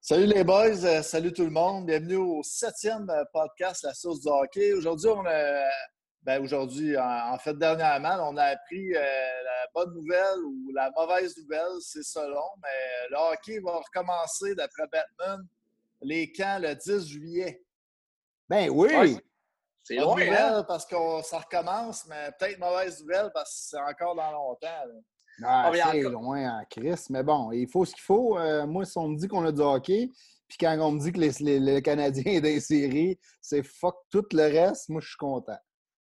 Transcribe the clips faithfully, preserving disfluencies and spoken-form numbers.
Salut les boys, euh, salut tout le monde. Bienvenue au septième euh, podcast La Source du hockey. Aujourd'hui, on a, ben aujourd'hui, en, en fait, dernièrement, on a appris euh, la bonne nouvelle ou la mauvaise nouvelle, c'est selon, mais le hockey va recommencer, d'après Batman, les camps le dix juillet. Ben Ouais, oui! c'est Bonne loin, nouvelle hein? parce que ça recommence, mais peut-être mauvaise nouvelle parce que c'est encore dans longtemps, là. Ah, Ah, mais c'est encore- loin en Christ, mais bon, il faut ce qu'il faut. Euh, moi, si on me dit qu'on a du hockey, puis quand on me dit que les, les, les Canadiens est dans les séries, c'est fuck tout le reste, moi, je suis content.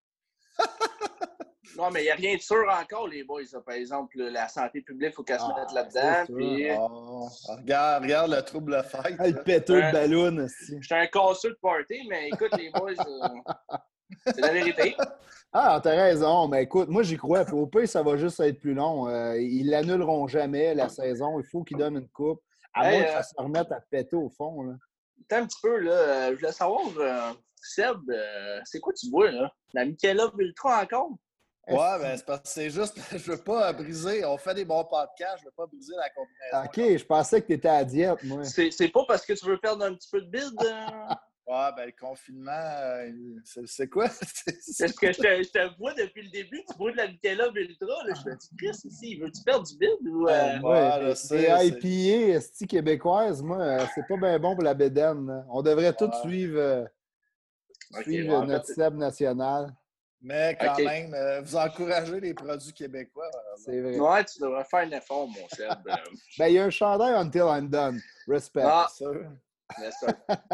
Non, mais il n'y a rien de sûr encore, les boys. Là. Par exemple, la santé publique, il faut qu'elle se Ah, mette c'est là-dedans. sûr. Puis... Oh, regarde, regarde le trouble fête. Ah, le là. péteux de Ouais. ballon, aussi. J'étais un casseux de party, mais écoute, les boys, euh, c'est la vérité. Ah, t'as raison, mais écoute, moi, j'y crois. Puis au pire, ça va juste être plus long. Euh, ils l'annuleront jamais, la saison. Il faut qu'ils donnent une coupe, à Hey, moins que euh, ça se remette à péter au fond, là. Attends un petit peu, là. euh, Je voulais savoir, euh, Seb, euh, c'est quoi tu bois, là? La Michelob Ultra encore? Ouais, ben c'est parce que c'est juste, je veux pas briser. On fait des bons podcasts, je veux pas briser la combinaison. OK, je pensais que t'étais à diète, moi. C'est c'est pas parce que tu veux perdre un petit peu de bide? euh? Ouais, ben le confinement, euh, c'est, c'est quoi? C'est- c'est- Parce que je te, je te vois depuis le début, tu bois de la Michelob Ultra. Là, je me dis, Chris, ici, veux-tu perdre du bide? Ou, euh... Ouais, Ouais, je les, sais, les c'est- I P A, esti québécoises, moi, euh, c'est pas bien bon pour la bédaine, là. On devrait tous Ouais. suivre, euh, Ok, suivre ouais, en notre fait, Seb national. Mais quand ok. même, euh, vous encouragez les produits québécois. par exemple. C'est vrai. Ouais, tu devrais faire un effort, mon Seb. euh. Ben, il y a un chandail Until I'm Done. Respect. Ah, C'est sûr. bien sûr.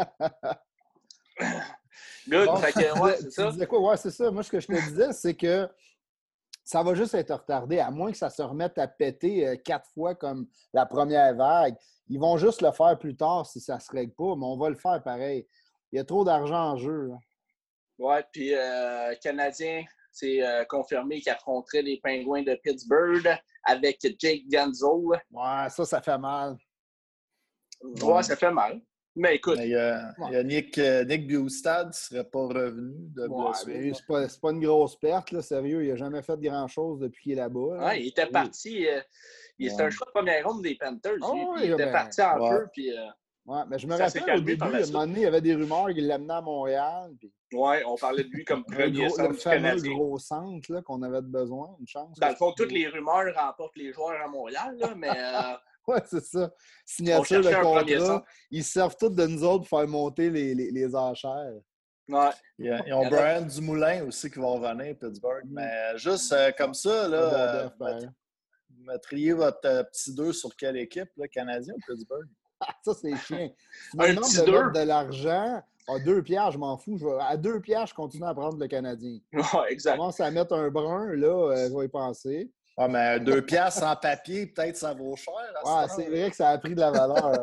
Good, Bon, fait tu que, ouais, disais, c'est tu ça. disais quoi? Ouais, c'est ça. Moi, ce que je te disais, c'est que ça va juste être retardé, à moins que ça se remette à péter euh, quatre fois comme la première vague. Ils vont juste le faire plus tard si ça ne se règle pas, mais on va le faire pareil. Il y a trop d'argent en jeu, là. Ouais, puis euh, Canadien, c'est euh, confirmé qu'il affronterait les Pingouins de Pittsburgh avec Jake Gensel. Ouais, ça, ça fait mal. Ouais, Ouais. ça fait mal. Mais écoute, Mais il y a, il y a Nick, euh, Nick Bjugstad qui serait pas revenu de Ouais, blessure. mais c'est pas, c'est pas une grosse perte, là, sérieux. Il n'a jamais fait grand-chose depuis qu'il est là-bas, là. ouais, il était Oui. parti. Euh, il C'était Ouais. un choix de première ronde des Panthers, lui. Oh, Puis oui, il était ben, parti en ouais. feu. Puis, euh, ouais, mais je me ça s'est rappelle au calmé début, par à la un suite. moment donné, il y avait des rumeurs qu'il l'amenait à Montréal. Puis Ouais, on parlait de lui comme un premier gros, centre le du fameux Canadien. gros centre là, qu'on avait besoin, une chance. Dans que le fond, c'est- toutes les rumeurs remportent les joueurs à Montréal, là, mais euh, Ouais, c'est ça. on Signature de cherchait un premier contrat. centre. Ils servent tous de nous autres pour faire monter les, les, les enchères. Ouais. Ils, ils Il y ont en a- Brian Dumoulin aussi qui va revenir à Pittsburgh. Mm. Mais juste euh, comme ça, là, Un bon euh, def, vous pareil. mettre- vous mettriez votre euh, petit deux sur quelle équipe, là, Canadien ou Pittsburgh? Ah, ça, c'est chiant. Si tu me Un demandes petit de deux. mettre de l'argent, à deux pierres, je m'en fous. Je vais- à deux pierres, je continue à prendre le Canadien. Ouais, Je exact. commence à mettre un brun, là, euh, je vais y penser. Ah, mais deux piastres sans papier, peut-être ça vaut cher. À Ouais, cette c'est heure. vrai que ça a pris de la valeur.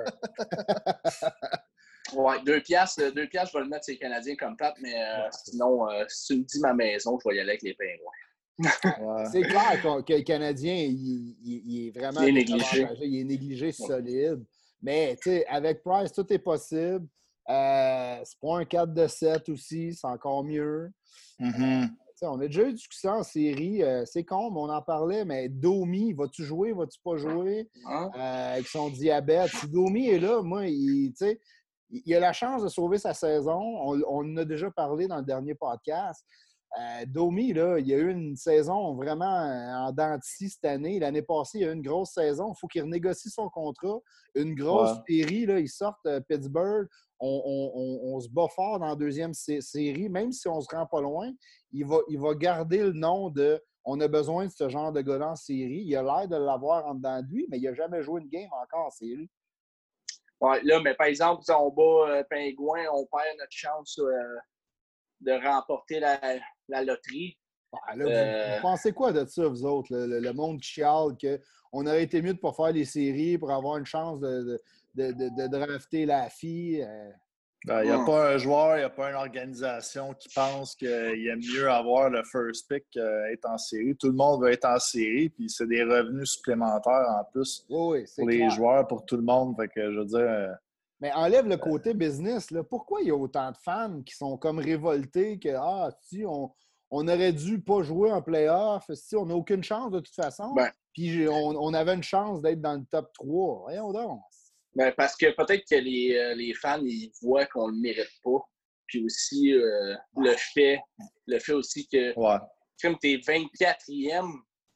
Ouais, deux piastres, euh, deux piastres, je vais le mettre sur les Canadiens comme plate, mais euh, Ouais, c'est sinon, euh, si tu me dis ma maison, je vais y aller avec les Pingouins. Ouais. C'est clair qu'on- que le Canadien, il, il- il est vraiment Il est négligé. désavantagé. Il est négligé solide. Mais, tu sais, avec Price, tout est possible. Euh, c'est pas un quatre de sept aussi, c'est encore mieux. Mhm. Tu sais, on a déjà eu une discussion en série. euh, c'est con, mais on en parlait. Mais Domi, vas-tu jouer, vas-tu pas jouer Hein? euh, avec son diabète? Si Domi est là, moi, il, tu sais, il il a la chance de sauver sa saison. On, on en a déjà parlé dans le dernier podcast. Euh, Domi, là, il y a eu une saison vraiment euh, en dents de scie cette année. L'année passée, il y a eu une grosse saison. Il faut qu'il renégocie son contrat. Une grosse Ouais. série, là, ils sortent euh, Pittsburgh. On, on- on- on se bat fort dans la deuxième sé- série. Même si on se rend pas loin, il va, il va garder le nom de « on a besoin de ce genre de gars-là en série ». Il a l'air de l'avoir en dedans de lui, mais il n'a jamais joué une game encore en série. Ouais, là, mais par exemple, si on bat euh, Pingouin, on perd notre chance euh, de remporter la, la loterie. Ah, là, vous, Euh, vous pensez quoi de ça, vous autres, le, le- le monde qui chiale, qu'on aurait été mieux de ne pas faire les séries pour avoir une chance de, de, de, de- de drafter la fille? euh. Ben, il n'y a Hmm. pas un joueur, il n'y a pas une organisation qui pense qu'il aime mieux avoir le first pick qu'être en série. Tout le monde veut être en série, puis c'est des revenus supplémentaires en plus Oui, oui, c'est pour les clair. joueurs, pour tout le monde. Fait que je veux dire, euh, Mais enlève le côté business. Là. Pourquoi il y a autant de fans qui sont comme révoltés que ah, si on, on aurait dû pas jouer en playoff, si on n'a aucune chance de toute façon, ben, puis on, on avait une chance d'être dans le top trois. Voyons donc. Ben, parce que peut-être que les, euh, les fans, ils voient qu'on le mérite pas. Puis aussi, euh, le fait le fait aussi que, ouais. comme tu es vingt-quatrième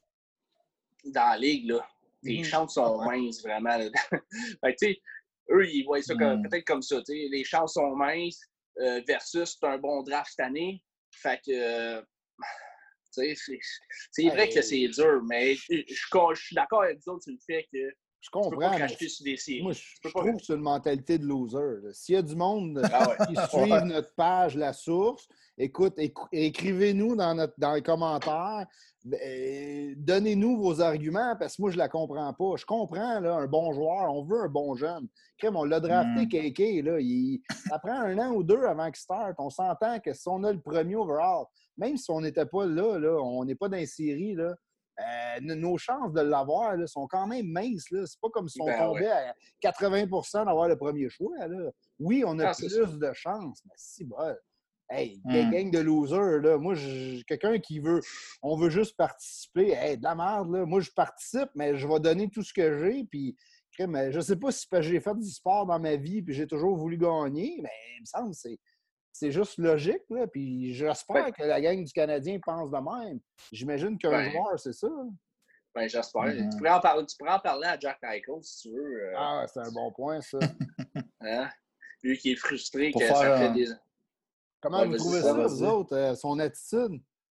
dans la ligue, là, tes Mhm. chances sont Ouais. minces, vraiment. Là. Fait que, tu sais, eux, ils voient ça comme- Mm. peut-être comme ça. tu sais, Les chances sont minces euh, versus c'est un bon draft cette année. Fait que, euh, tu sais, c'est, c'est vrai Hey. que c'est dur, mais je, je- je suis d'accord avec vous autres sur le fait que Je tu peux comprends, pas mais cracher sur des séries. moi, je, Tu peux je pas- trouve que c'est une mentalité de loser. là. S'il y a du monde Ah ouais. qui suivent notre page, la source, écoute, écou- écrivez-nous dans, notre, dans les commentaires, ben, donnez-nous vos arguments, parce que moi, je la comprends pas. Je comprends, là, un bon joueur, on veut un bon jeune. Crème, on l'a drafté, Mm. K K, là, il- ça prend un an ou deux avant qu'il start. On s'entend que si on a le premier overall, même si on n'était pas là, là on n'est pas dans les séries, là, Euh, nos chances de l'avoir là, sont quand même minces. Là. C'est pas comme si on Ben tombait ouais. à quatre-vingts pour cent d'avoir le premier choix. Là. Oui, on a Ah, c'est plus de chances, mais si, bon, hey, Mm. gang de losers, là, moi, je- quelqu'un qui veut, on veut juste participer, hey, de la merde, là. Moi, je participe, mais je vais donner tout ce que j'ai, puis mais je sais pas si j'ai fait du sport dans ma vie, puis j'ai toujours voulu gagner, mais il me semble que c'est c'est juste logique, là. Puis j'espère Ben, que la gang du Canadien pense de même. J'imagine qu'un ben, joueur, c'est ça. ben j'espère. Mm-hmm. Tu pourrais en parler, tu pourrais en parler à Jack Eichel si tu veux. euh, Ah, c'est un bon point, ça. hein? Lui qui est frustré Pour que faire ça fait un- des. Comment Ouais, vous vas-y, trouvez ça, ça, vas-y. vous autres, euh, son attitude?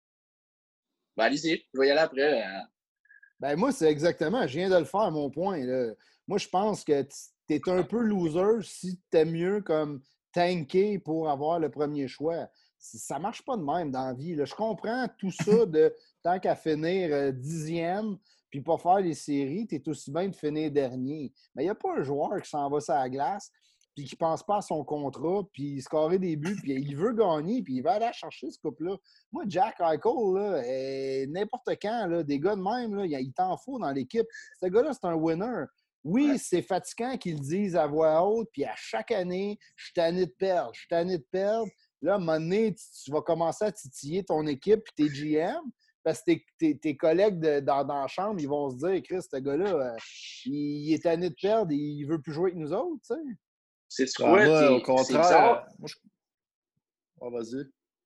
Ben, allez-y, je vais y aller après. euh. Ben moi, c'est exactement, je viens de le faire, mon point. Là. Moi, je pense que tu es un peu loser si tu es mieux comme tanker pour avoir le premier choix. Ça marche pas de même dans la vie. Là. Je comprends tout ça de tant qu'à finir euh, dixième puis pas faire les séries, tu es aussi bien de finir dernier. Mais il n'y a pas un joueur qui s'en va sur la glace puis qui pense pas à son contrat, puis scorer des buts, puis il veut gagner, puis il va aller chercher ce couple-là. Moi, Jack Eichel, là, eh, n'importe quand, là, des gars de même, là, il t'en faut dans l'équipe. Ce gars-là, c'est un winner. Oui, Ouais. c'est fatigant qu'ils le disent à voix haute, puis à chaque année, je suis tanné de perdre, je suis tanné de perdre. Là, à un moment donné, tu, tu vas commencer à titiller ton équipe puis tes G M, parce que tes, tes, tes collègues de, dans, dans la chambre, ils vont se dire, Chris, ce gars-là, euh, il, il est tanné de perdre et il veut plus jouer avec nous autres, tu sais. C'est-tu Ben, quoi? moi, t'es- au C'est contraire. bizarre. euh, Moi, je... Ah, vas-y.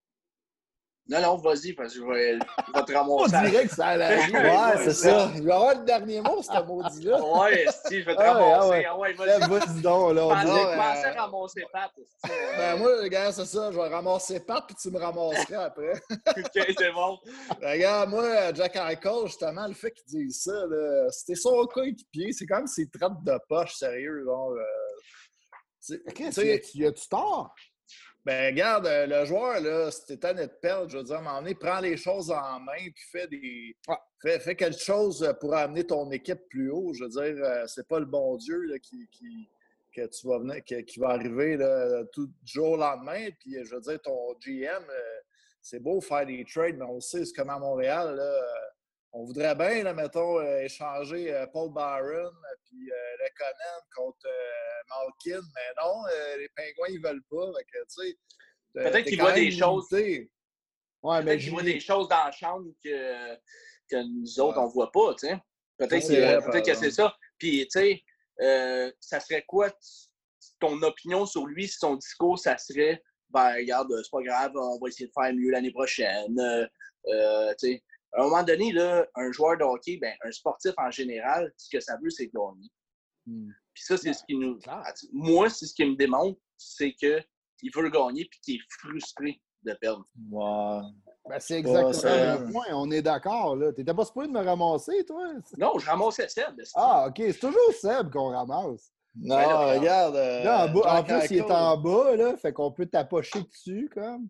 Non, non, vas-y, parce que je vais, je vais te On ramasser. dirait que ça allait aller. Ouais, Ouais, c'est ça. Il va y avoir le dernier mot, ce maudit-là. Ouais, si, je vais te Ah ouais, ah ramasser. ouais. Ah ouais, Là, vas-y. vas-y donc, là, on Pensez- dirait Non, que... mais- Pensez à ramasser Pat. esti, euh, Ben, moi, gars, c'est ça. Je vais ramasser Pat, puis tu me ramasseras après. OK, c'est bon. Ben, regarde, moi, Jack Eichel, justement, le fait qu'il dise ça, là, c'était son coéquipier. C'est comme s'il traite de poche, sérieux. Genre, euh, tu Chris, sais, y a-tu y a-tu tort? ben, regarde, euh, le joueur, là, si t'es tanné de perdre, je veux dire, à un moment donné, prends les choses en main, puis fais des. Ah. Fais, fais quelque chose pour amener ton équipe plus haut. Je veux dire, euh, c'est pas le bon Dieu là, qui, qui, que tu vas venir, qui, qui va arriver là, tout du jour au lendemain. Puis, je veux dire, ton G M, euh, c'est beau faire des trades, mais on sait, c'est comme à Montréal, là, euh, on voudrait bien, là, mettons, euh, échanger euh, Paul Byron euh, puis euh, Lekonen contre euh, Malkin, mais non, euh, les Pingouins, ils veulent pas. Fait que, tu sais, euh, Peut-être t'es qu'ils quand voient même des choses. limité. Ouais, mais Peut-être qu'ils voient des Julie... choses dans la chambre que, que nous autres, Ouais. on voit pas, tu sais. Peut-être C'est que, vrai, peut-être par que c'est exemple. ça. Puis, tu sais, euh, ça serait quoi t- ton opinion sur lui, si son discours, ça serait, ben, regarde, c'est pas grave, on va essayer de faire mieux l'année prochaine. Euh, euh, tu sais, à un moment donné, là, un joueur de hockey, ben, un sportif en général, ce que ça veut, c'est gagner. Hmm. Puis ça, c'est Ouais, ce qui nous. clair. Moi, c'est ce qui me démontre, c'est qu'il veut gagner puis qu'il est frustré de perdre. Ouais. Ben, c'est pas, exactement ça- mon point. On est d'accord, là. T'étais pas supposé de me ramasser, toi? Non, je ramassais Seb. esti. Ah, OK. C'est toujours Seb qu'on ramasse. Non, Ben là, regarde. euh, Là, en, bas, en Jack plus, il est Eichel- en bas, là. Fait qu'on peut tapocher dessus, comme.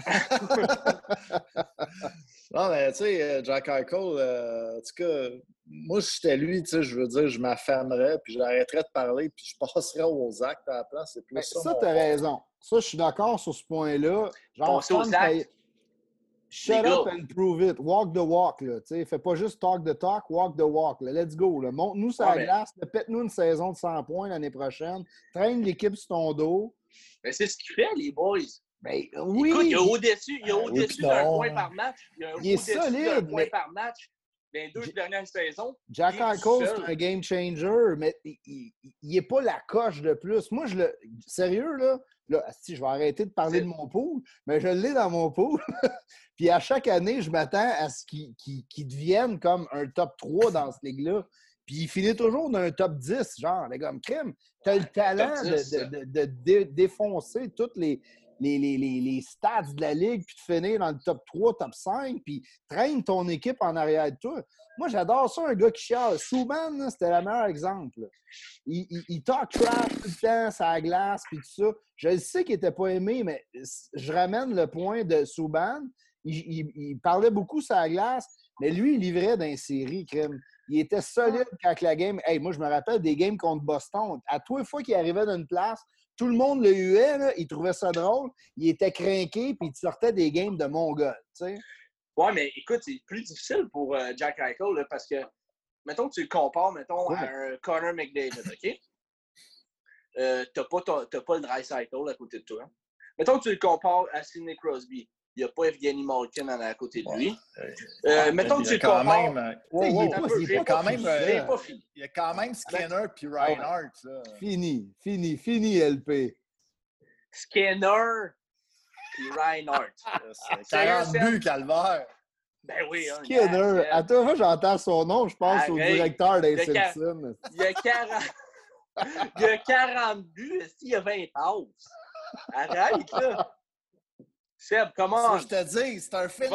Non, mais tu sais, euh, Jack Eichel, euh, en tout cas, moi, si j'étais lui, tu sais, je veux dire, je m'affamerais, puis j'arrêterais de parler, puis je passerais aux actes à la place. C'est plus Ben, ça, ça, mon t'as point. raison. Ça, je suis d'accord sur ce point-là. Genre, Passer aux femme, actes. t'as- Shut Les up gars. and prove it. Walk the walk, là. T'sais, fais pas juste talk the talk, walk the walk. Là. Let's go. Là. Montre-nous sur Ouais, la mais- glace. là, Pète-nous une saison de cent points l'année prochaine. Traîne l'équipe sur ton dos. Mais c'est ce qu'il fait, les boys. Ben, oui. Écoute, il y a au-dessus, il y a Ah, oui, au-dessus puis d'un non. point par match. Il y a Il est au-dessus d'un solide, point mais- par match. les deux J- dernières saisons. Jack Eichel, c'est un game changer, mais il n'est pas la coche de plus. Moi, je le. Sérieux, là, là si je vais arrêter de parler c'est... de mon pool, mais je l'ai dans mon pool. Puis à chaque année, je m'attends à ce qu'il, qu'il, qu'il devienne comme un top trois dans cette ligue-là. Puis il finit toujours dans un top dix, genre, les gars, crime. Tu as le talent dix, de, de, de, de dé, défoncer toutes les. Les, les, les, les stats de la ligue, puis de finir dans le top trois, top cinq, puis traîne ton équipe en arrière de toi. Moi, j'adore ça, un gars qui chiale. Subban, c'était le meilleur exemple. Il, il, il talk trash tout le temps, ça la glace, puis tout ça. Je sais qu'il n'était pas aimé, mais je ramène le point de Subban. Il, il, il parlait beaucoup sur la glace, mais lui, il livrait dans les séries, crème. Il était solide quand la game... Hey, moi, je me rappelle des games contre Boston. À tous les fois qu'il arrivait d'une place, tout le monde le huait, là, il trouvait ça drôle, il était craqué, puis il sortait des games de Mongol, tu sais. Ouais, mais écoute, c'est plus difficile pour euh, Jack Eichel, là, parce que, mettons que tu le compares, mettons, ouais. à un Connor McDavid, OK? Euh, t'as pas, ton, t'as pas le Draisaitl à côté de toi. Hein? Mettons que tu le compares à Sidney Crosby. Il n'y a pas Evgeny Malkin à côté de lui. Ouais. Euh, ouais, mettons que tu le compares... Même, ouais, ouais, il y a quand même... C'est pas fini. Il y a quand même Skinner puis Reinhardt. Oh, fini, fini, fini, L P. Skinner puis Reinhardt. quarante buts, calvaire. Ben oui. Hein, Skinner. À toi, moi, j'entends son nom, je pense Arrête. Au directeur des Simpsons. Il y a quarante... il y a quarante buts, il y a vingt passes. Arrête, là. Seb, comment? Je te dis, c'est un finisher.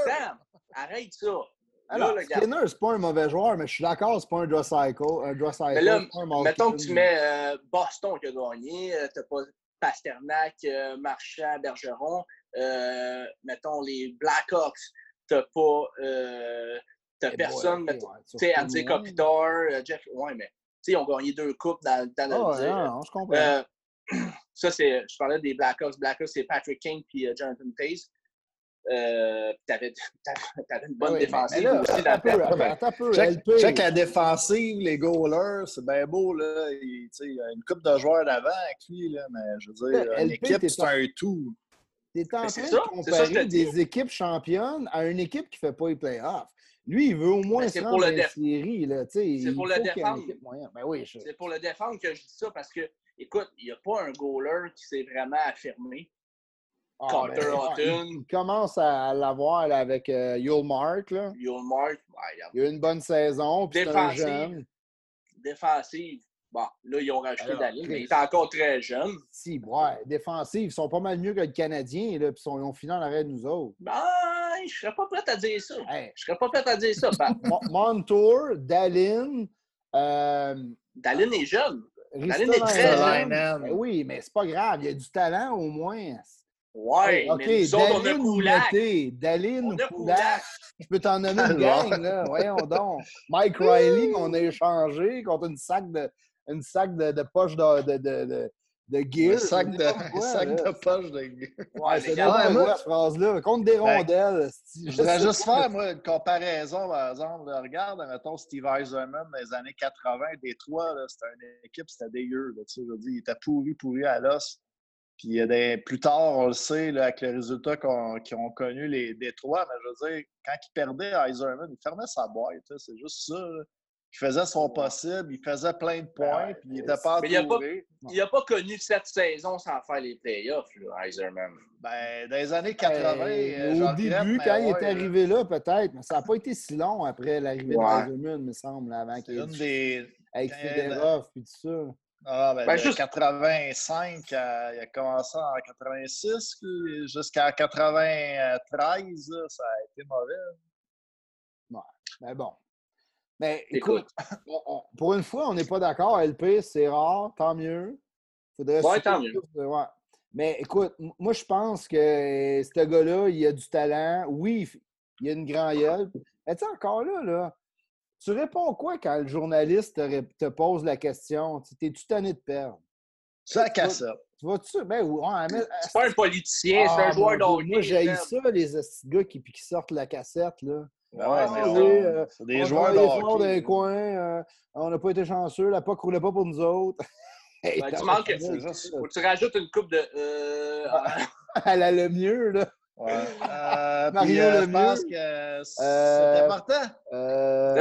Arrête ça. Alors, là, Skinner, c'est pas un mauvais joueur, mais je suis d'accord, c'est pas un Draisaitl. Un Draisaitl. Mais là, mettons que tu mets euh, Boston qui a gagné, euh, t'as pas Pasternak, euh, Marchand, Bergeron. Euh, mettons les Blackhawks, t'as pas euh, t'as Et personne. Ouais, mettons, ouais, tu sais, Andy Kopitar, euh, Jeff. Ouais, mais tu sais, ils ont gagné deux coupes dans, dans oh, le dire. Non, je comprends. Euh, ça, c'est. Je parlais des Blackhawks. Blackhawks, c'est Patrick King puis uh, Jonathan Toews. Euh, t'avais, t'avais une bonne oui, défensive là, aussi dans le check, check la défensive, les goalers, c'est bien beau. Là. Il, il y a une couple de joueurs d'avant avec lui, là, mais je veux dire, là, une L P, équipe, c'est en... un tout. Tu es en train ça, de comparer des équipes championnes à une équipe qui ne fait pas les playoffs. Lui, il veut au moins se rendre dans les séries. Là, c'est pour le défendre. Ben oui, je... C'est pour le défendre que je dis ça parce que, écoute, il n'y a pas un goaler qui s'est vraiment affirmé. Ah, Carter ben, Hutton. Il, il commence à l'avoir là, avec euh, Ullmark. Ullmark, ouais, il a eu une bonne saison. Défensive. Défensive. Bon, là, ils ont rajouté Alors, Daline, mais il est encore très jeune. Si, ouais. Défensive, ils sont pas mal mieux que le Canadien, là, puis ils ont fini en arrêt de nous autres. Ben, je serais pas prêt à dire ça. Hey. Je serais pas prêt à dire ça, Pat. Montour, Daline. Euh... Daline est jeune. Daline est très jeune. Ben oui, mais c'est pas grave. Il y a du talent au moins. Ouais, OK, mais nous autres, on a Kulak. Daline ou Kulak. Je peux t'en nommer une gang, là. Voyons donc. Mike Riley, qu'on a échangé contre une sac de, une sac de, de poche de, de, de, de, de gear. Un sac de, quoi, sac de poche de gear. Ouais, c'est n'importe quoi, cette phrase-là. Contre des rondelles. Ben, je voudrais juste faire, moi, une comparaison, par exemple. Là, regarde, mettons, Steve Yzerman dans les années quatre-vingt, Détroit, c'était une équipe, c'était dégueu. Là, tu sais, je veux dire, il était pourri, pourri à l'os. Puis des, plus tard, on le sait, là, avec les résultats qu'on, qu'ils ont connus les Détroits, mais je veux dire, quand il perdait Yzerman, il fermait sa boîte. C'est juste ça. Là. Il faisait son possible, il faisait plein de points, puis il n'était pas entouré. Il n'a pas, pas connu cette saison sans faire les playoffs, là, Yzerman. Ben, dans les années quatre-vingt, euh, au début, regrette, quand ouais, il était arrivé là, peut-être, mais ça n'a pas été si long après l'arrivée ouais. de Yzerman, me semble, avant qu'il y ait des... avec Fedorov et tout ça. Ah, ben, ben de juste... quatre-vingt-cinq, à, il a commencé en quatre-vingt-six, jusqu'à quatre-vingt-treize, là, ça a été mauvais. Ouais, mais bon. Mais écoute, on, on, pour une fois, on n'est pas d'accord. L P, c'est rare, tant mieux. Faudrait ouais, tant mieux. Ouais. Mais écoute, moi, je pense que ce gars-là, il a du talent. Oui, il a une grande gueule. Mais tu sais, encore là, là, tu réponds quoi quand le journaliste te, te pose la question? T'es-tu tanné de perdre? C'est la cassette. Tu vas-tu? Ben, ouais, mais... C'est pas un politicien, ah, c'est un joueur d'hockey. Moi, j'haïs ça, les gars qui, qui sortent la cassette, là. Ouais, ouais, mais oui, euh, c'est des on joueurs d'hockey. Dans les coins, euh, on n'a pas été chanceux, la P A C ne roulait pas pour nous autres. Ben, tu manques, faut que tu rajoutes une coupe de... Euh... Elle a le mieux, là. Ouais. Euh, Mario puis, euh, Lemieux. je pense que c'est Euh, important. Euh,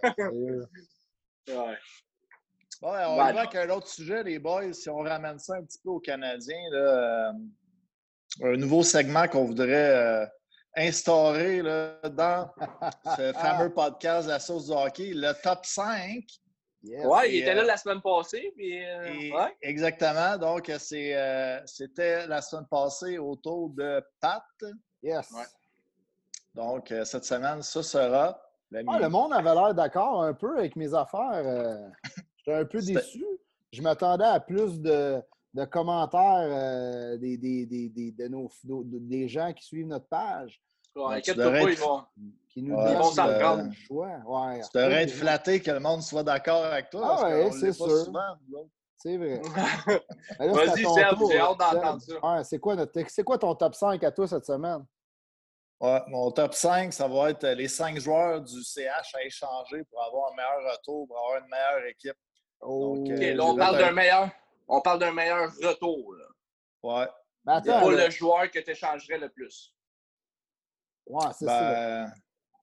Ouais. Ouais, on Ben, y va avec un autre sujet, les boys. Si on ramène ça un petit peu aux Canadiens, là, euh, un nouveau segment qu'on voudrait euh, instaurer là, dans ce fameux podcast La Sauce du hockey, le top cinq. yes. Ouais, il Et, était là euh, la semaine passée. Puis, euh, et- ouais. Exactement. Donc, c'est, euh, c'était la semaine passée autour de Pat. Yes. Ouais. Donc, euh, cette semaine, ça sera le Ah, le mien. monde avait l'air d'accord un peu avec mes affaires. euh, J'étais un peu C'était- déçu. Je m'attendais à plus de, de commentaires euh, des, des, des, des, de nos, de- des gens qui suivent notre page, Ouais, Ouais, tu inquiète-toi devrais pas, ils être- vont. qui nous Ouais, Ils vont donnent s'en le prendre. choix. Ouais, Tu devrais après, être flatté que le monde soit d'accord avec toi, Ah parce ouais, qu'on ne c'est l'est pas sûr. souvent. nous autres. c'est vrai. Mais là, c'est à Vas-y, ton Seb, tour, j'ai hâte Seb. d'entendre ça. Ouais, c'est quoi, notre, c'est quoi ton top cinq à toi cette semaine? Ouais, mon top cinq, ça va être les cinq joueurs du C H à échanger pour avoir un meilleur retour, pour avoir une meilleure équipe. Oh, Donc, OK, euh, là, on j'ai parle fait un- d'un meilleur. On parle d'un meilleur retour. Là. Ouais. Ben C'est attends, pas là. le joueur que tu échangerais le plus. Ouais, c'est ça. Ben,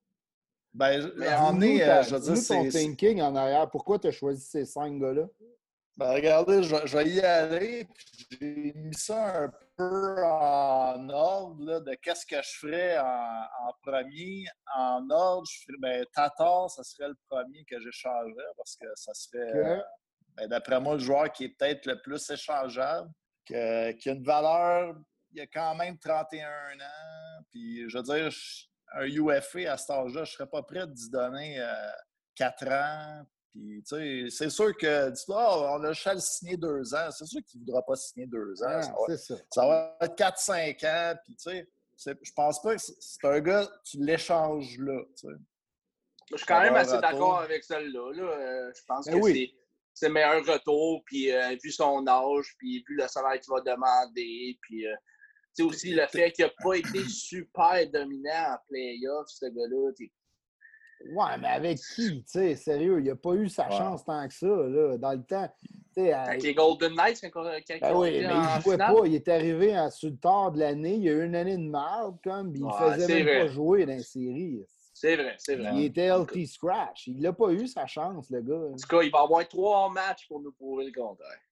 ben, Meilleur. en Dis-nous est, ta- euh, je veux dire, dis-nous ton c'est. c'est- thinking en arrière. Pourquoi tu as choisi ces cinq gars-là? Ben, regardez, je, vais- je vais y aller. Puis j'ai mis ça un peu en ordre là, de qu'est-ce que je ferais en, en premier. En ordre, je ferais, ben, Tatar, ça serait le premier que j'échangerais parce que ça serait, euh, Que... ben, d'après moi, le joueur qui est peut-être le plus échangeable, que- qui a une valeur, il a quand même trente et un ans. Puis, je veux dire, je- un U F A à cet âge-là, je ne serais pas prêt d'y donner euh, quatre ans. Puis, tu sais, c'est sûr que, dis-toi, oh, on a juste à le signer deux ans. C'est sûr qu'il ne voudra pas signer deux ans. Ah, Ça va, c'est ça. ça va être quatre cinq ans. Puis, tu sais, c'est- je pense pas que c'est c'est un gars, tu l'échanges là. Tu sais. Je suis quand même Avoir un assez retour. d'accord avec celle-là. Là. Euh, je pense Ben que oui. c'est, c'est le meilleur retour. Puis, euh, vu son âge, puis vu le salaire qu'il va demander, puis euh, tu sais aussi le fait qu'il n'a pas été super dominant en playoff, ce gars-là. t'sais. Ouais, mais avec qui? Tu sais, sérieux, il n'a pas eu sa Ouais. chance tant que ça, là, dans le temps. Tu sais, Avec euh, les Golden Knights, quand, quand ben ils ont oui, été mais en il jouait finale. pas. Il est arrivé en, sur le tard de l'année. Il y a eu une année de marde, comme, puis il Ouais, faisait c'est même vrai. pas jouer dans les séries. C'est vrai, c'est vrai. Il était En L T Scratch. Il n'a pas eu sa chance, le gars. En tout cas, il va avoir trois matchs pour nous prouver le contraire.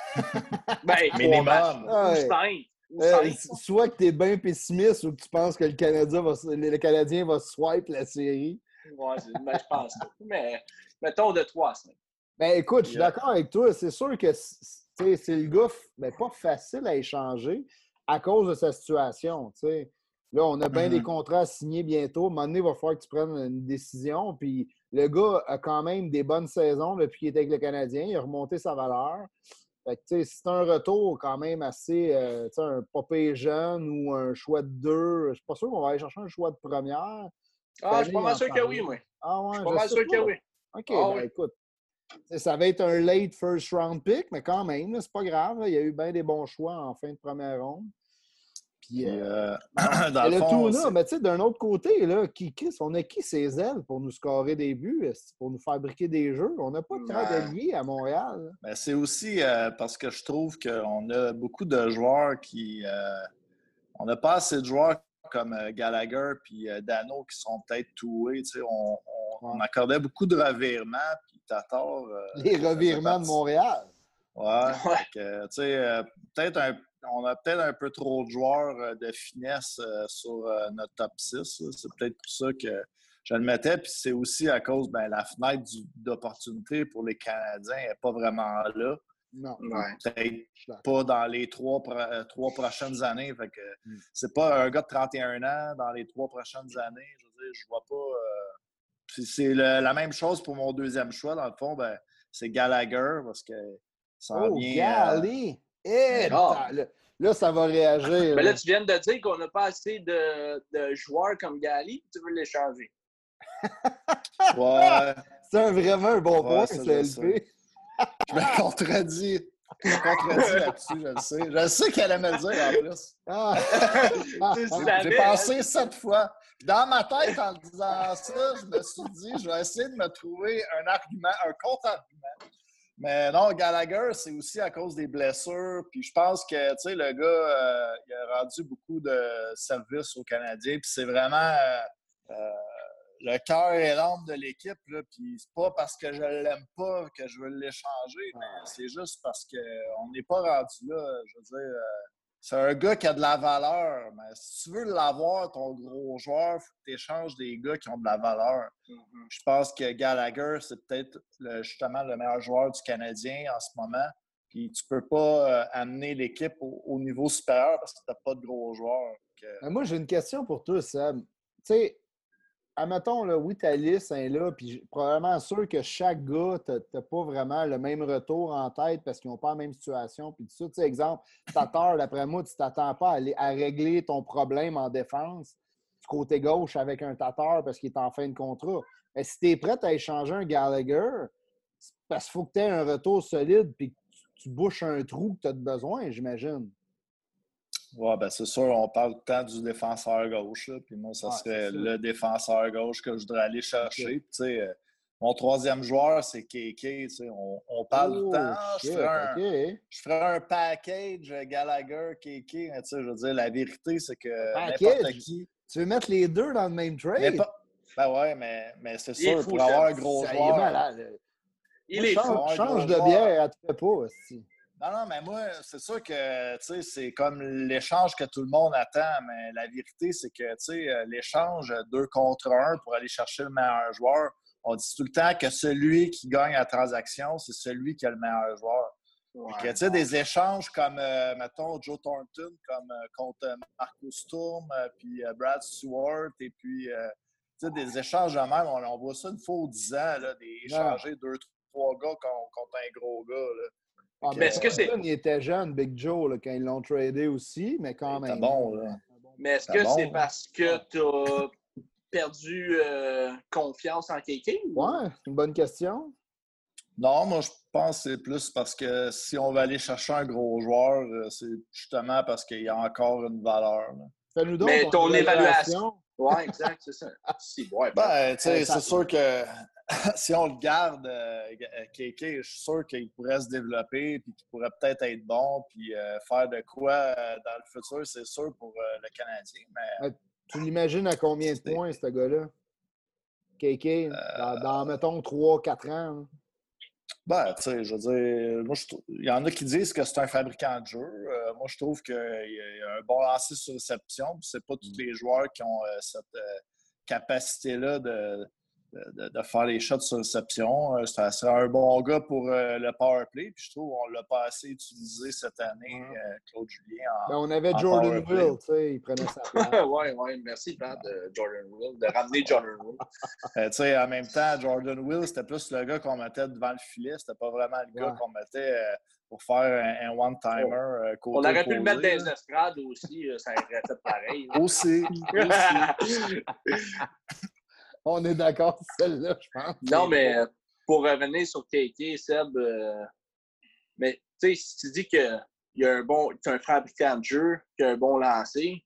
ben, trois Minimum. matchs. Ouais. Ou cinq. Ou Euh, cinq. soit que tu es bien pessimiste ou que tu penses que le Canadien va, le Canadien va swipe la série. Ouais, c'est- ben, je pense pas. Mais mettons de trois à cinq. Ben écoute, je suis Yeah. d'accord avec toi. C'est sûr que c'est c'est le gars ben, pas facile à échanger à cause de sa situation. T'sais. Là, on a bien Mhm. des contrats à signer bientôt. À un moment donné, il va falloir que tu prennes une décision. Puis le gars a quand même des bonnes saisons depuis qu'il est avec le Canadien. Il a remonté sa valeur. Fait que, tu sais, c'est un retour quand même assez, euh, tu sais, un popé jeune ou un choix de deux. Je suis pas sûr qu'on va aller chercher un choix de première. Ah, je suis pas Fanny mal en sûr que parlait. oui, moi. Ah ouais, Je suis pas je mal sais sûr que pas. oui. OK, Ah ben oui. écoute. T'sais, ça va être un late first round pick, mais quand même, là, c'est pas grave. Là, il y a eu bien des bons choix en fin de première ronde. Puis, Puis, euh, euh, ben, dans mais le le fond, tout, c'est- mais tu sais, d'un autre côté, là, qui, Chris, on a qui ses ailes pour nous scorer des buts, est-ce, pour nous fabriquer des jeux? On n'a pas tant Ouais. d'alliés à Montréal. là. ben, c'est aussi euh, parce que je trouve qu'on a beaucoup de joueurs qui. euh, on n'a pas assez de joueurs comme euh, Gallagher puis euh, Dano qui sont peut-être toués. Tu sais, on, on, Ouais. on accordait beaucoup de revirements, puis Tatar. euh, Les faisait revirements de partie. Montréal. Ouais. Ouais. Fait que, tu sais, euh, peut-être un, on a peut-être un peu trop de joueurs euh, de finesse euh, sur euh, notre top six. là. C'est peut-être pour ça que je le mettais. Puis c'est aussi à cause ben, la fenêtre du- d'opportunité pour les Canadiens n'est pas vraiment là. Non. Ouais. Peut-être Je suis d'accord. pas dans les trois, pro- euh, trois prochaines années. Fait que Mm. c'est pas un gars de trente et un ans dans les trois prochaines années. Je veux dire, je vois pas. euh, puis c'est le- la même chose pour mon deuxième choix. Dans le fond, ben, c'est Gallagher parce que ça en Oh, vient. euh, Gali! Eh, Ah. là, là, ça va réagir. Mais là, là. tu viens de dire qu'on n'a pas assez de, de joueurs comme Gali, tu veux l'échanger. ouais. C'est un- vraiment un bon Ouais, point, ça, C je L sais. P. Je me contredis. Je me contredis là-dessus, je le sais. Je sais qu'elle allait me le dire en plus. Ah. Tu le J'ai savais, j'ai pensé hein? sept fois. Dans ma tête, en disant ça, je me suis dit, je vais essayer de me trouver un argument, un contre-argument. Mais non, Gallagher, c'est aussi à cause des blessures. Puis je pense que, tu sais, le gars, euh, il a rendu beaucoup de services aux Canadiens. Puis c'est vraiment euh, euh, le cœur et l'âme de l'équipe. Là. Puis c'est pas parce que je l'aime pas que je veux l'échanger, mais c'est juste parce qu'on n'est pas rendu là. Je veux dire, euh, c'est un gars qui a de la valeur. Mais si tu veux l'avoir, ton gros joueur, il faut que tu échanges des gars qui ont de la valeur. Mm-hmm. Je pense que Gallagher, c'est peut-être le, justement le meilleur joueur du Canadien en ce moment. Puis tu peux pas euh, amener l'équipe au, au niveau supérieur parce que tu n'as pas de gros joueurs. Que... Moi, j'ai une question pour toi, Sam. Tu sais, admettons, là, oui, ta liste est là, puis probablement sûr que chaque gars, tu n'as pas vraiment le même retour en tête parce qu'ils n'ont pas la même situation. Puis tout ça, tu sais, exemple, Tatar, d'après moi, tu ne t'attends pas à, aller, à régler ton problème en défense du côté gauche avec un Tatar parce qu'il est en fin de contrat. Mais si tu es prêt à échanger un Gallagher, c'est parce qu'il faut que tu aies un retour solide puis que tu, tu bouches un trou que tu as besoin, j'imagine. Oui, bien c'est sûr, on parle tout le temps du défenseur gauche. Là, puis moi, ça ouais, serait le défenseur gauche que je voudrais aller chercher. Okay. Puis, tu sais, euh, mon troisième joueur, c'est K K. On, on parle tout oh, le temps. Shit, je, ferais un, okay. je ferais un package Gallagher, K K. Mais, je veux dire, la vérité, c'est que n'importe qui. Tu veux mettre les deux dans le même trade? Ben ouais, mais, mais c'est sûr, fou, pour avoir un gros ça, joueur. Il est malade. Il moi, est change, change de bière, elle te fait pas aussi. Non, non, mais moi, c'est sûr que, tu sais, c'est comme l'échange que tout le monde attend, mais la vérité, c'est que, tu sais, l'échange deux contre un pour aller chercher le meilleur joueur, on dit tout le temps que celui qui gagne la transaction, c'est celui qui a le meilleur joueur. Ouais, tu sais, des échanges comme, euh, mettons, Joe Thornton, comme euh, contre Marco Sturm, euh, puis euh, Brad Stewart, et puis, euh, tu sais, des échanges de même, on, on voit ça une fois aux dix ans, là, d'échanger ouais. deux, trois gars contre, contre un gros gars, là. Ah, mais est-ce que c'est... Il était jeune, Big Joe, là, quand ils l'ont tradé aussi, mais quand même. Bon, là. Mais est-ce que bon, c'est là. Parce que tu as perdu euh, confiance en K K? Ou... Ouais, c'est une bonne question. Non, moi, je pense que c'est plus parce que si on veut aller chercher un gros joueur, c'est justement parce qu'il y a encore une valeur. Là. Fais-nous donc mais ton évaluation. Oui, exact, c'est ça. Si, ouais, ben, tu sais, c'est sûr que si on le garde, euh, K K, je suis sûr qu'il pourrait se développer puis qu'il pourrait peut-être être bon puis euh, faire de quoi euh, dans le futur, c'est sûr, pour euh, le Canadien. Mais, euh, tu l'imagines à combien de points, ce gars-là? K K, euh, dans, dans, mettons, trois quatre ans? Hein? Ben, tu sais, je veux dire, moi, je, il y en a qui disent que c'est un fabricant de jeu. Euh, moi, je trouve qu'il y a un bon lancer sur réception. C'est pas tous les joueurs qui ont euh, cette euh, capacité-là de, de, de faire les shots sur réception. Euh, ça serait un bon gars pour euh, le power play. Puis je trouve qu'on l'a pas assez utilisé cette année, euh, Claude Julien. En, ben, on avait Jordan Will, tu sais, il prenait sa place. Oui, oui, merci, Pat, de Jordan Will, de ramener Jordan Will. euh, tu sais, en même temps, Jordan Will, c'était plus le gars qu'on mettait devant le filet. C'était pas vraiment le gars ouais. qu'on mettait euh, pour faire un, un one-timer. Euh, on aurait opposé, pu le mettre dans les estrades aussi, ça aurait été pareil. aussi. aussi. On est d'accord sur celle-là, je pense. Non, mais pour revenir sur K K, Seb, euh, mais tu sais, si tu dis qu'il y a un bon, un fabricant de jeu, qu'il y a un bon lancer,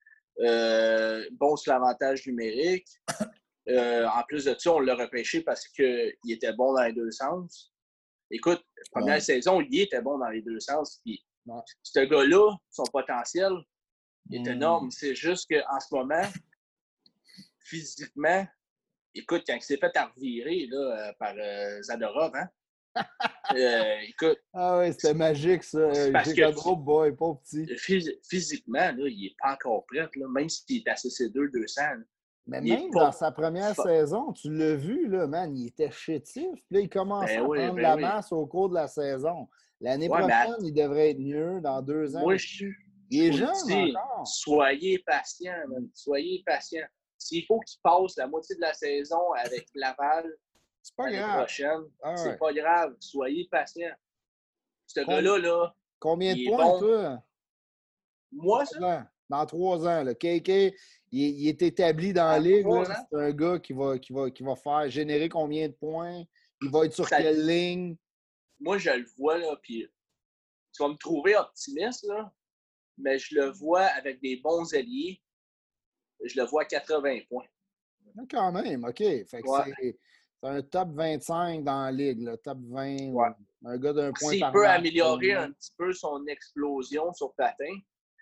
euh, bon sur l'avantage numérique, euh, en plus de ça, on l'a repêché parce qu'il était bon dans les deux sens. Écoute, première ouais. saison, il était bon dans les deux sens. Puis, ouais. ce gars-là, son potentiel est mmh. énorme. C'est juste qu'en ce moment, physiquement, écoute, quand il s'est fait revirer là, par euh, Zadorov, hein? euh, écoute. Ah oui, c'était magique, ça. J'ai que gros boy, pas petit. Phys- physiquement, là, il n'est pas encore prêt, là, même s'il est à C C deux deux cents. Là. Mais il même dans pas... sa première pas... saison, tu l'as vu, là, man, il était chétif. Puis là, il commençait ben à oui, prendre ben la oui. masse au cours de la saison. L'année ouais, prochaine, mais... il devrait être mieux dans deux ans. Moi, je, il est je jeune dis, encore. Soyez patient, man. Soyez patient. S'il faut qu'il passe la moitié de la saison avec Laval c'est pas l'année grave. prochaine, ah, c'est ouais. pas grave. Soyez patient. Ce Com... gars-là, là. Combien de points, bon. toi? Moi, ça? Dans trois ans, là. K K, il, il est établi dans, dans la ligue. C'est un gars qui va, qui, va, qui va faire générer combien de points? Il va être sur ça, quelle ligne? Moi, je le vois, là, puis tu vas me trouver optimiste, là, mais je le vois avec des bons alliés. Je le vois à quatre-vingts points. Quand même, OK. Fait que ouais. c'est un top vingt-cinq dans la ligue, là, top vingt. Ouais. Un gars d'un point S'il par peut match, améliorer euh, un petit peu son explosion sur patin,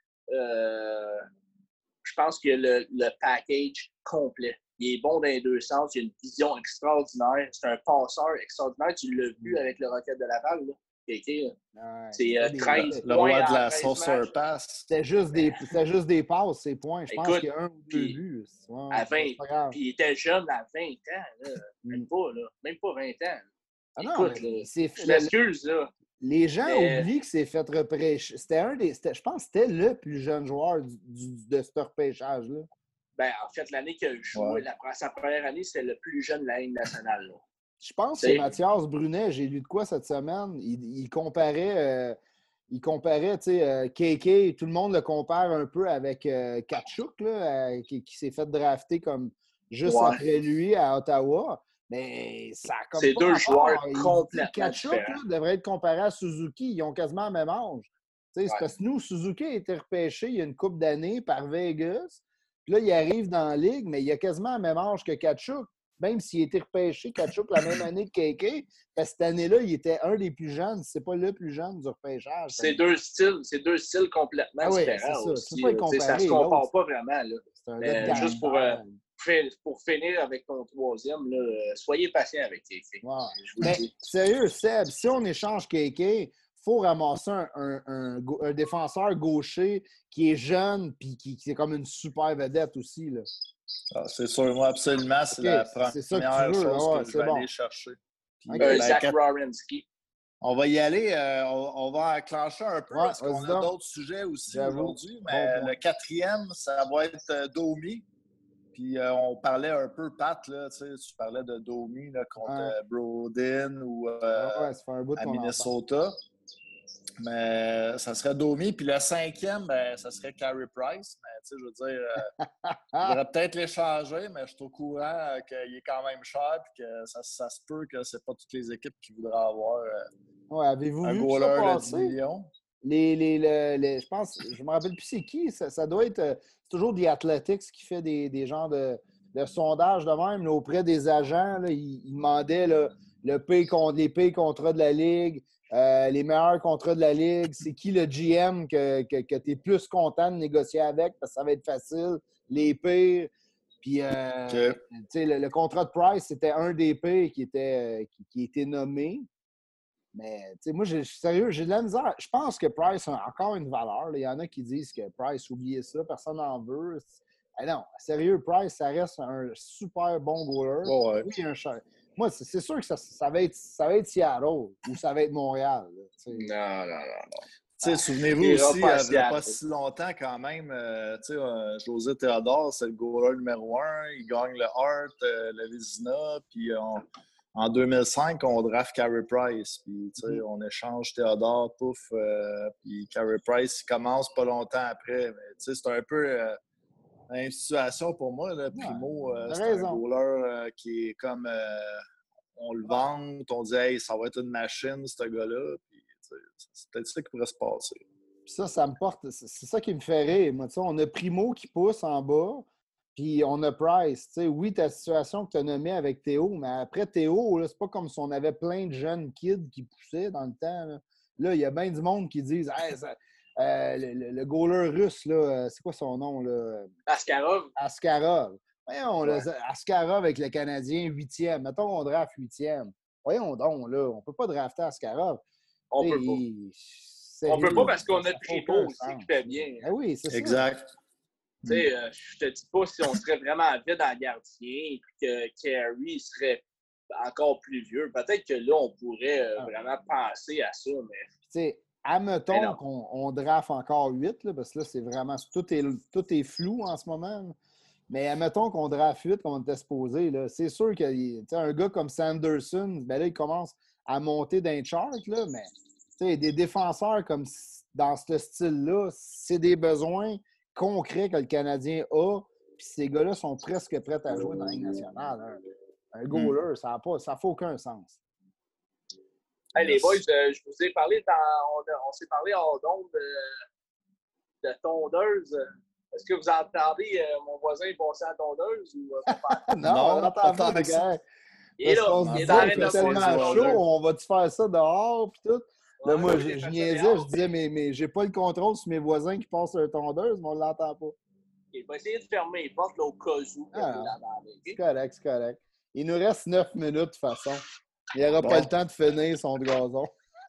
euh, je pense qu'il y a le, le package complet. Il est bon dans les deux sens. Il a une vision extraordinaire. C'est un passeur extraordinaire. Tu l'as vu avec le Rocket de Laval. Là. K K, là. ouais, C'est euh, des- treize Le points roi de en la treize sauce sur matchs. passe. C'était juste des, c'était juste des passes, ces points. Je pense Écoute, qu'il y a un ou deux puis buts. Ouais, À c'est vingt, pas grave. puis il était jeune à vingt ans. Là. Même Mm. pas, là. Même pas vingt ans. Ah non, Écoute, mais là, c'est je fait- le- m'excuse, là. les gens Mais- oublient que c'est fait repêcher. C'était un des. c'était- Je pense que c'était le plus jeune joueur du, du- de ce repêchage-là. Ben, en fait, l'année qu'il a joué, Ouais. la, sa première année, c'était le plus jeune de la Ligue nationale. Là. Je pense que C'est- c'est Mathias Brunet. J'ai lu de quoi cette semaine? Il, il comparait. euh, il comparait, tu sais, euh, K K, tout le monde le compare un peu avec euh, Tkachuk, là, euh, qui, qui s'est fait drafter comme juste Ouais. après lui à Ottawa. Mais ça a comme C'est pas deux rapport. joueurs Il dit, complètement Tkachuk là, différents. devrait être comparé à Suzuki. Ils ont quasiment le même âge. Tu sais, c'est Ouais. parce que nous, Suzuki a été repêché il y a une couple d'années par Vegas. Puis là, il arrive dans la ligue, mais il a quasiment le même âge que Tkachuk. Même s'il a été repêché, Tkachuk, la même année que K K, parce que cette année-là, il était un des plus jeunes, si c'est pas le plus jeune du repêchage. C'est deux styles, c'est deux styles complètement Ah oui, différents c'est ça. aussi. Tu peux pas là. le Tu sais, ça comparer, se compare l'autre. pas vraiment. Là. C'est un Mais gars de juste pour, caractère. Fin- Pour finir avec ton troisième, là, euh, soyez patient avec K K. Ouais. Je vous le Mais dis. sérieux, Seb, si on échange K K, il faut ramasser un, un, un, go- un défenseur gaucher qui est jeune puis qui, qui est comme une super vedette aussi. Là. Ah, c'est sûr, moi, absolument, c'est OK, la c'est- c'est ça que tu première veux, chose ouais, que je c'est vais bon. aller chercher. Puis, OK. Euh, ben, Zach quatre- Werenski. On va y aller, euh, on, on va enclencher un peu Ouais, parce qu'on vas-y a donc. d'autres sujets aussi J'avoue. aujourd'hui. Bon Mais point. le quatrième, ça va être euh, Domi. Puis euh, on parlait un peu, Pat, là, tu sais, tu parlais de Domi là, contre Ouais. euh, Brodin ou euh, Ah ouais, ça fait un bout à qu'on en parle. Minnesota. Mais ça serait Domi. Puis le cinquième, ben, ça serait Carey Price. Mais tu sais, je veux dire, euh, je devrais peut-être l'échanger, mais je suis au courant euh, qu'il est quand même cher et que ça, ça se peut que c'est pas toutes les équipes qui voudraient avoir euh, Ouais, avez-vous un vu ça goaler de dix passer? millions. Les, les, les, les- je pense, je me rappelle plus c'est qui. Ça, ça doit être. euh, C'est toujours The Athletics qui fait des, des genres de, de sondages de même là, auprès des agents. Là, ils, ils demandaient là, le pay, con- les pay contrats de la Ligue, euh, les meilleurs contrats de la Ligue. C'est qui le G M que, que, que tu es plus content de négocier avec parce que ça va être facile. Les pires. Puis, euh, OK. tu sais, le, le contrat de Price, c'était un des pires qui était, qui, qui était nommé. Mais, tu sais, moi, je suis sérieux, j'ai de la misère. Je pense que Price a encore une valeur. là. Il y en a qui disent que Price, oubliez ça, personne n'en veut. Eh non, sérieux, Price, ça reste un super bon goaler. Ouais, ouais. Oui, il y a un cher. Moi, c'est c'est sûr que ça, ça, va être, ça va être Seattle ou ça va être Montréal. là, tu sais. Non, non, non, non. Tu sais, souvenez-vous il ira aussi, pas à il n'y a pas Seattle. si longtemps quand même, euh, tu sais, euh, José Théodore, c'est le goaler numéro un. Il gagne le Hart, euh, le Vézina, puis on- en deux mille cinq, on draft Carey Price. Puis, tu sais, Mhm. on échange Théodore, pouf, euh, puis Carey Price, il commence pas longtemps après. Mais, tu sais, c'est un peu euh, la même situation pour moi. Là. Primo, euh, t'as c'est un raison. goaler euh, qui est comme... euh, on le vante, on dit « Hey, ça va être une machine, ce gars-là. » Puis, tu sais, c'est peut-être ça qui pourrait se passer. Puis ça, ça me porte. C'est c'est ça qui me fait rire. Moi, tu sais, on a Primo qui pousse en bas, puis on a Price. Tu sais, oui, ta situation que tu as nommée avec Théo, mais après Théo, là, c'est pas comme si on avait plein de jeunes kids qui poussaient dans le temps. Là, Là, il y a bien du monde qui disent hey, ça- euh, le, le, le goaler russe, là, euh, c'est quoi son nom? Là? Askarov, Askarov. Voyons, là, Ouais. Askarov avec le Canadien, huitième. Mettons, on draft huitième. Voyons donc, là, on peut pas drafter Askarov. on Tu sais, peut pas. il- On peut sérieux, pas parce qu'on ça a fait Primo aucun aussi sens. qui fait bien. Ben oui, c'est ça. Exact. Tu sais, euh, je te dis pas si on serait vraiment vide en gardien et que Carey serait encore plus vieux. Peut-être que là, on pourrait euh, Ah. vraiment penser à ça, mais Tu sais, admettons Mais non. qu'on on draft encore huit, là, parce que là, c'est vraiment. Tout est, tout est flou en ce moment. là. Mais admettons qu'on draft huit comme on était supposé. là, C'est sûr qu'un gars comme Sanderson, ben là, il commence à monter d'un chart, là, mais tu sais, des défenseurs comme c- dans ce style-là, c'est des besoins concrets que le Canadien a. Puis ces gars-là sont presque prêts à jouer dans la Ligue nationale. hein. Un goaler, ça n'a pas, ça fait aucun sens. hey, les Yes. boys, euh, je vous ai parlé, dans, on, a- on s'est parlé hors d'onde de, de tondeuse. Est-ce que vous entendez euh, mon voisin passer à la tondeuse ou euh, pas? non, Non, on n'entend pas pas, tant que c'est ça. correct. Il est Parce là. qu'on se Il est disait, en il train fait de tellement faire chaud, ça. on va-tu faire ça dehors, puis tout? Là, Ouais, moi, ouais, je, il je fait ça niaisais, dehors. je disais, mais, mais j'ai pas le contrôle sur mes voisins qui passent sur la tondeuse, mais on l'entend pas. Il va essayer de fermer les portes là, au cas où. Ah, là-bas, c'est OK? correct, c'est correct. Il nous reste neuf minutes, de toute façon. Il n'aura pas Bon. le temps de finir son gazon.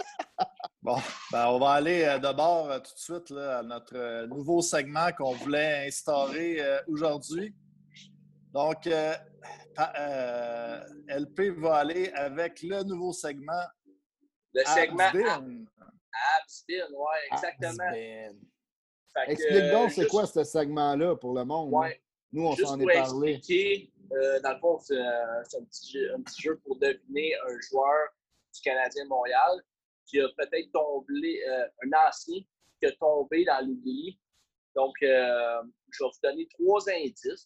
Bon, ben, on va aller euh, d'abord euh, tout de suite là, à notre euh, nouveau segment qu'on voulait instaurer euh, aujourd'hui. Donc, euh, pa- euh, L P va aller avec le nouveau segment Le segment Absbin. Abspin, ouais, exactement. Has-been. Fait que, Explique donc, euh, c'est juste, quoi ce segment-là pour le monde? là? ouais, Nous, on juste s'en pour est parlé. expliquer, euh, dans le fond, c'est, euh, c'est un, petit jeu, un petit jeu pour deviner un joueur du Canadien de Montréal qui a peut-être tombé, euh, un ancien qui a tombé dans l'oubli. Donc, euh, je vais vous donner trois indices.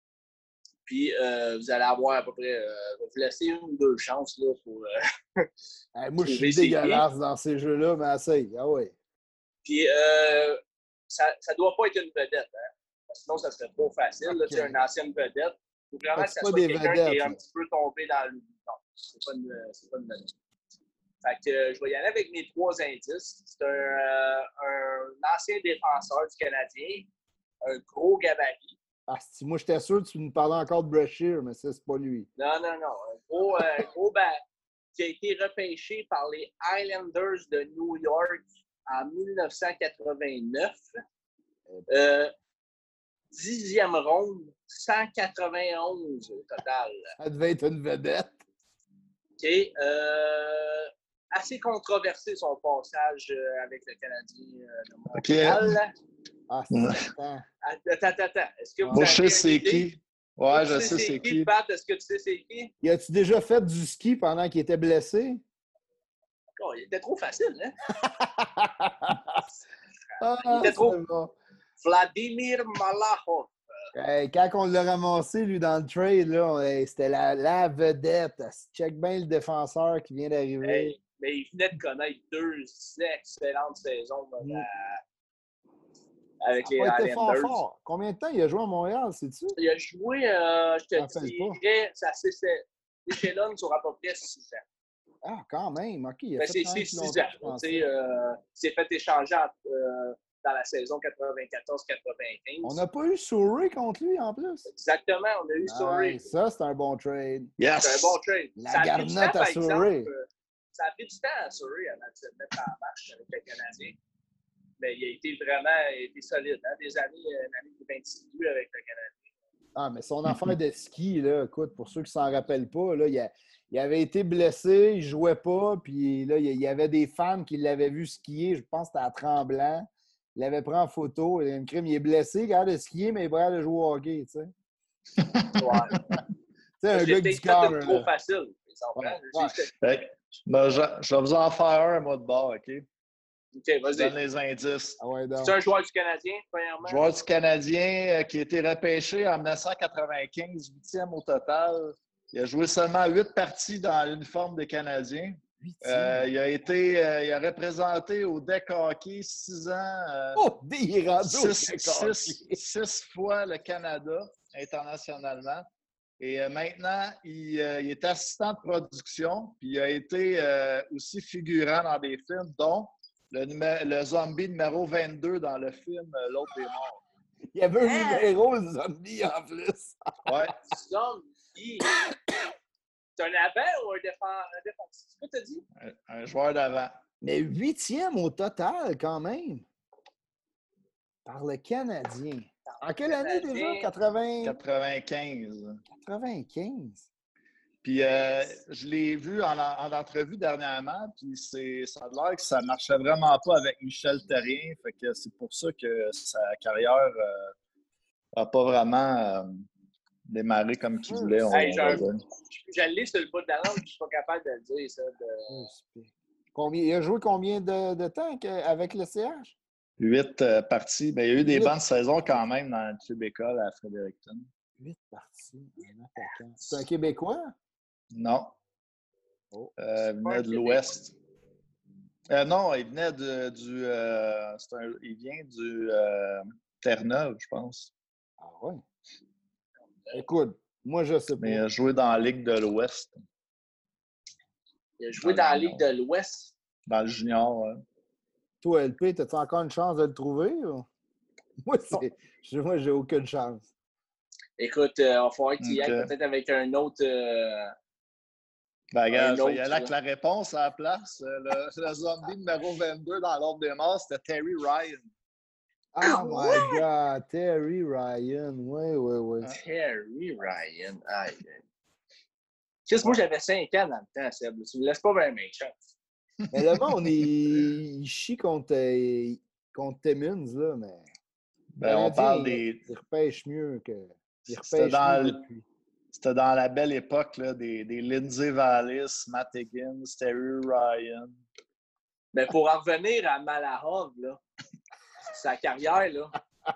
Puis, euh, vous allez avoir à peu près, euh, je vais vous laisser une ou deux chances là, pour euh, Hey, moi, je suis trouver c'est qui. dégueulasse dans ces jeux-là, mais assez. Ah ouais. Puis, euh, ça ne doit pas être une vedette. Hein? Sinon, ça serait trop facile. Là, Ok. tu sais, une ancienne vedette. Il faut vraiment Fait que que ça c'est pas soit des quelqu'un qui vedettes, est un là. petit peu tombé dans le. Non, c'est pas une, c'est pas une vedette. Fait que euh, je vais y aller avec mes trois indices. C'est un, euh, un ancien défenseur du Canadien, un gros gabarit. Ah, si moi, j'étais sûr que tu nous parlais encore de Brashear, mais ça, c'est pas lui. Non, non, non. Un gros, euh, gros ba... qui a été repêché par les Islanders de New York en dix-neuf cent quatre-vingt-neuf. Euh, dixième ronde, cent quatre-vingt-onze au total. Ça devait être une vedette. OK. Euh, assez controversé son passage euh, avec le Canadien euh, de Montréal. Ah, c'est certain. Attends, attends, attends. Est-ce que vous Moi, avez je sais une c'est idée? qui. Ouais, Tu je sais sais c'est qui. Pat, est-ce que tu sais c'est qui? Y a-tu déjà fait du ski pendant qu'il était blessé? Oh, il était trop facile, hein? Ah, Il était trop- c'est bon. Vladimir Malahov. Hey, quand on l'a ramassé, lui, dans le trade, là, on- hey, c'était la, la vedette. Check bien le défenseur qui vient d'arriver. Hey, mais il venait de connaître deux excellentes saisons là, Mm. à- avec Ça les a pas été fort, Islanders. fort. Combien de temps il a joué à Montréal, sais-tu? Il a joué, euh, je J'en te fais dirais, ça s'échelonne sur à peu près six ans. Ah, quand même. OK, il a Ben, fait c'est quand même c'est plus six longtemps ans. que je Tu pensais. sais, euh, il s'est fait échanger en, euh, dans la saison quatre-vingt-quatorze quatre-vingt-quinze. On n'a pas eu Surrey contre lui, en plus. Exactement, on a eu Surrey. Nice. Ça, c'est un bon trade. C'est un Yes! bon trade. La Ça a pris du temps, garnotte à par Surrey. exemple. euh, ça a pris du temps à Surrey avant de se mettre en marche avec le Canadien. Mais il a été vraiment il a été solide. Hein? Des années, une année de vingt-six buts avec le Canadien. Ah, mais son affaire de ski, là, écoute, pour ceux qui ne s'en rappellent pas, là, il, a- il avait été blessé, il ne jouait pas, puis là, il y- il y avait des fans qui l'avaient vu skier, je pense que c'était à Tremblant. Il l'avait pris en photo, il, une crime, il est blessé, il regarde de skier, mais il va aller jouer au hockey, tu sais. Ouais. Tu sais, un J'ai gars peut-être du fait cœur, une trop là. facile. Les enfants. Ouais, J'ai- ouais. Fait que, ben, je, je vais vous en faire un, moi, de bord, OK? OK, Je donne vas-y. les indices. Ah ouais, donc. C'est un joueur du Canadien, premièrement. Joueur du Canadien euh, qui a été repêché en dix-neuf cent quatre-vingt-quinze, huitième au total. Il a joué seulement huit parties dans l'uniforme des Canadiens. Euh, il a été, euh, il a représenté au deck hockey six ans, euh, Oh, il est rendu au six, deck six- hockey. six fois le Canada internationalement. Et euh, maintenant, il, euh, il est assistant de production, puis il a été euh, aussi figurant dans des films, dont le, numé- le zombie numéro vingt-deux dans le film euh, L'autre des morts. Il y avait un Hein? numéro, le zombie, en plus. Ouais. Zombie. C'est un avant ou un défenseur? C'est quoi t'as dit? Un, un joueur d'avant. Mais huitième au total, quand même. Par le Canadien. En quelle année déjà? Canadien. quatre-vingts... quatre-vingt-quinze. quatre-vingt-quinze. Puis euh, je l'ai vu en, en entrevue dernièrement, puis c'est, ça a l'air que ça marchait vraiment pas avec Michel Therrien. Fait que c'est pour ça que sa carrière n'a pas vraiment euh, démarré comme qu'il voulait, on, Hey, on va j'ai dire. un- Je l'ai sur le bout de la langue, je suis pas capable de le dire, ça. De... Combien, il a joué combien de, de temps que- avec le C H? Huit euh, parties. Ben, il y a eu des Huit. bonnes saisons quand même dans le club école à Fredericton. Huit parties. Un attaquant. C'est un Québécois? Non. Oh. Euh, il pas venait un de Québécois. l'Ouest. Euh, non, il venait de, du. Euh, c'est un- il vient du euh, Terre-Neuve, je pense. Ah ouais. Écoute, moi je sais pas. Mais il a joué dans la Ligue de l'Ouest. Il a joué Dans dans la le Ligue de l'Ouest. Dans le junior, ouais. Toi, L P, as-tu encore une chance de le trouver? Ou? Moi, c'est... moi, j'ai aucune chance. Écoute, il euh, va falloir que tu y ailles Okay. peut-être avec un autre. Euh, ben, regarde, je vais y autre, aller avec la réponse à la place. Le, le zombie numéro vingt-deux dans l'ordre des morts, c'était Terry Ryan. Oh my God, Terry Ryan. Oui, oui, oui. Terry Ryan. Aïe. Qu'est-ce que moi, j'avais cinq ans dans le temps, Seb. Tu me laisses pas bien mes chances. Mais le monde, il, il chie contre, contre Timmins, là, mais. Ben, on parle des. Il repêche mieux que. Il C'était repêche dans, mieux le... depuis. C'était dans la belle époque là, des, des Lindsay Vallis, Matt Higgins, Terry Ryan. Mais pour en revenir à Malahov, là, sa carrière, là,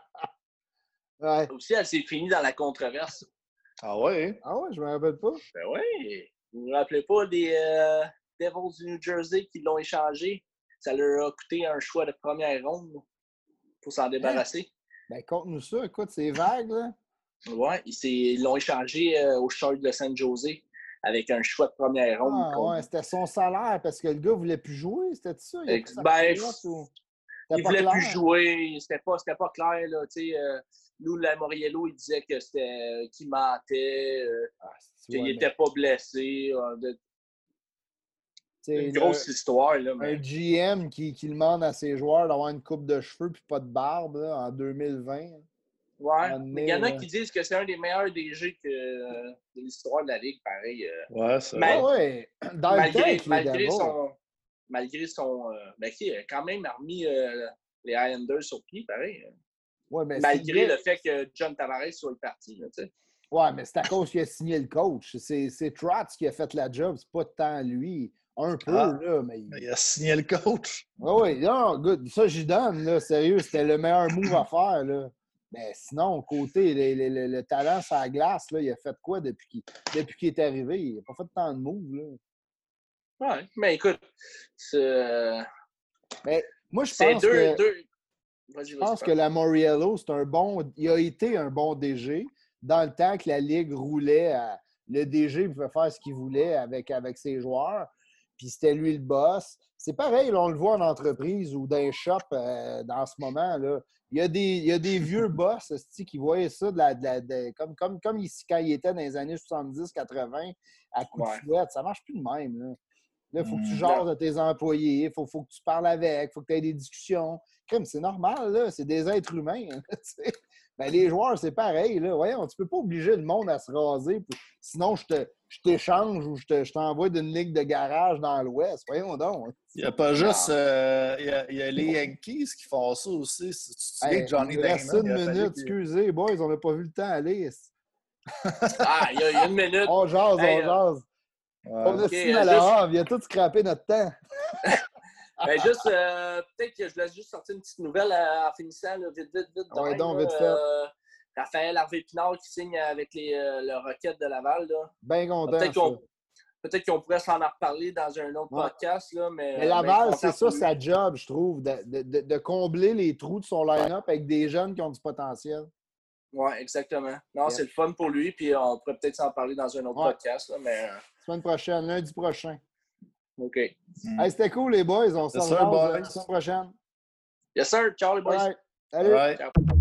ouais. aussi, elle s'est finie dans la controverse. Ah ouais? Ah ouais, je me rappelle pas. Ben oui. Vous vous rappelez pas des euh, Devils du New Jersey qui l'ont échangé? Ça leur a coûté un choix de première ronde pour s'en débarrasser. Hein? Ben, conte-nous ça. Écoute, c'est vague, là. Ouais, ils l'ont échangé euh, au Sharks de San Jose avec un choix de première ronde. Ah ouais, c'était son salaire parce que le gars voulait plus jouer, c'était ça? Il, Ex- ben, ou... il voulait clair. plus jouer, c'était pas, c'était pas clair. Là, euh, nous, la Moriello, il disait que c'était euh, qu'il mentait, euh, ah, qu'il n'était mais... pas blessé. Euh, de... Une grosse le, histoire. Là, mais... Un G M qui, qui demande à ses joueurs d'avoir une coupe de cheveux puis pas de barbe là, en deux mille vingt. Ouais, mais il y en a là. qui disent que c'est un des meilleurs D G que, euh, de l'histoire de la Ligue, pareil. Euh, ouais, c'est mal... ouais. Dans malgré, le temps, malgré son. Malgré son. Euh, ben, qui a quand même remis euh, les Islanders sur pied, pareil. Ouais, mais malgré le fait que John Tavares soit le parti, tu sais. Ouais, mais c'est à cause qu'il a signé le coach. C'est, c'est Trotz qui a fait la job, c'est pas tant lui. Un peu, ah, là, mais... Il a signé le coach. Oh oui, non, good. Ça, j'y donne, là, sérieux, c'était le meilleur move à faire, là. Mais sinon, côté, le, le, le talent sur la glace, là, il a fait quoi depuis qu'il, depuis qu'il est arrivé? Il n'a pas fait tant de moves, là. Ouais, mais écoute, c'est... Mais moi, je pense deux, que... Deux... Je pense que la Moriello, c'est un bon... Il a été un bon D G dans le temps que la Ligue roulait. À... Le D G pouvait faire ce qu'il voulait avec, avec ses joueurs. Puis c'était lui le boss. C'est pareil, là, on le voit en entreprise ou dans un shop euh, dans ce moment. Là. Il, y a des, il y a des vieux boss qui voyaient ça de la, de la, de, comme, comme, comme ici, quand il était dans les années soixante-dix quatre-vingt à coup ouais. de fouette. Ça ne marche plus de même. Là, il faut que tu jases à tes employés, il faut, faut que tu parles avec, il faut que tu aies des discussions. Comme c'est normal, là, c'est des êtres humains. Ben, les joueurs, c'est pareil. Là. Voyons, tu ne peux pas obliger le monde à se raser. Pour... Sinon, je, te, je t'échange ou je, te, je t'envoie d'une ligue de garage dans l'Ouest. Voyons donc. Il n'y a pas juste... Euh, il, y a, il y a les Yankees qui font ça aussi. Si tu te souviens hey, que Johnny Damon... Il reste une minute. Excusez, boys, on n'a pas vu le temps aller. Ah, il y, y a une minute. On jase, hey, on jase. Ouais. On a okay, signé à la juste... il a tout scrappé notre temps. Ben juste, euh, peut-être que je laisse juste sortir une petite nouvelle en finissant, là, vite, vite, vite. Ouais, donc, là, vite fait. Euh, Raphaël Harvey-Pinard qui signe avec les, euh, le Rocket de Laval. Là. Bien content. Peut-être qu'on, peut-être qu'on pourrait s'en reparler dans un autre ouais. podcast. Là, mais, mais Laval, mais c'est ça sa job, je trouve, de, de, de combler les trous de son line-up ouais. avec des jeunes qui ont du potentiel. Oui, exactement. Non, yeah. c'est le fun pour lui, puis on pourrait peut-être s'en parler dans un autre ouais. podcast. Là, mais... Semaine prochaine, lundi prochain. OK. Mm. Hey, c'était cool, les boys. On se revoit la semaine prochaine. Yes, sir. Ciao, les boys. Right. Salut. Right. Ciao.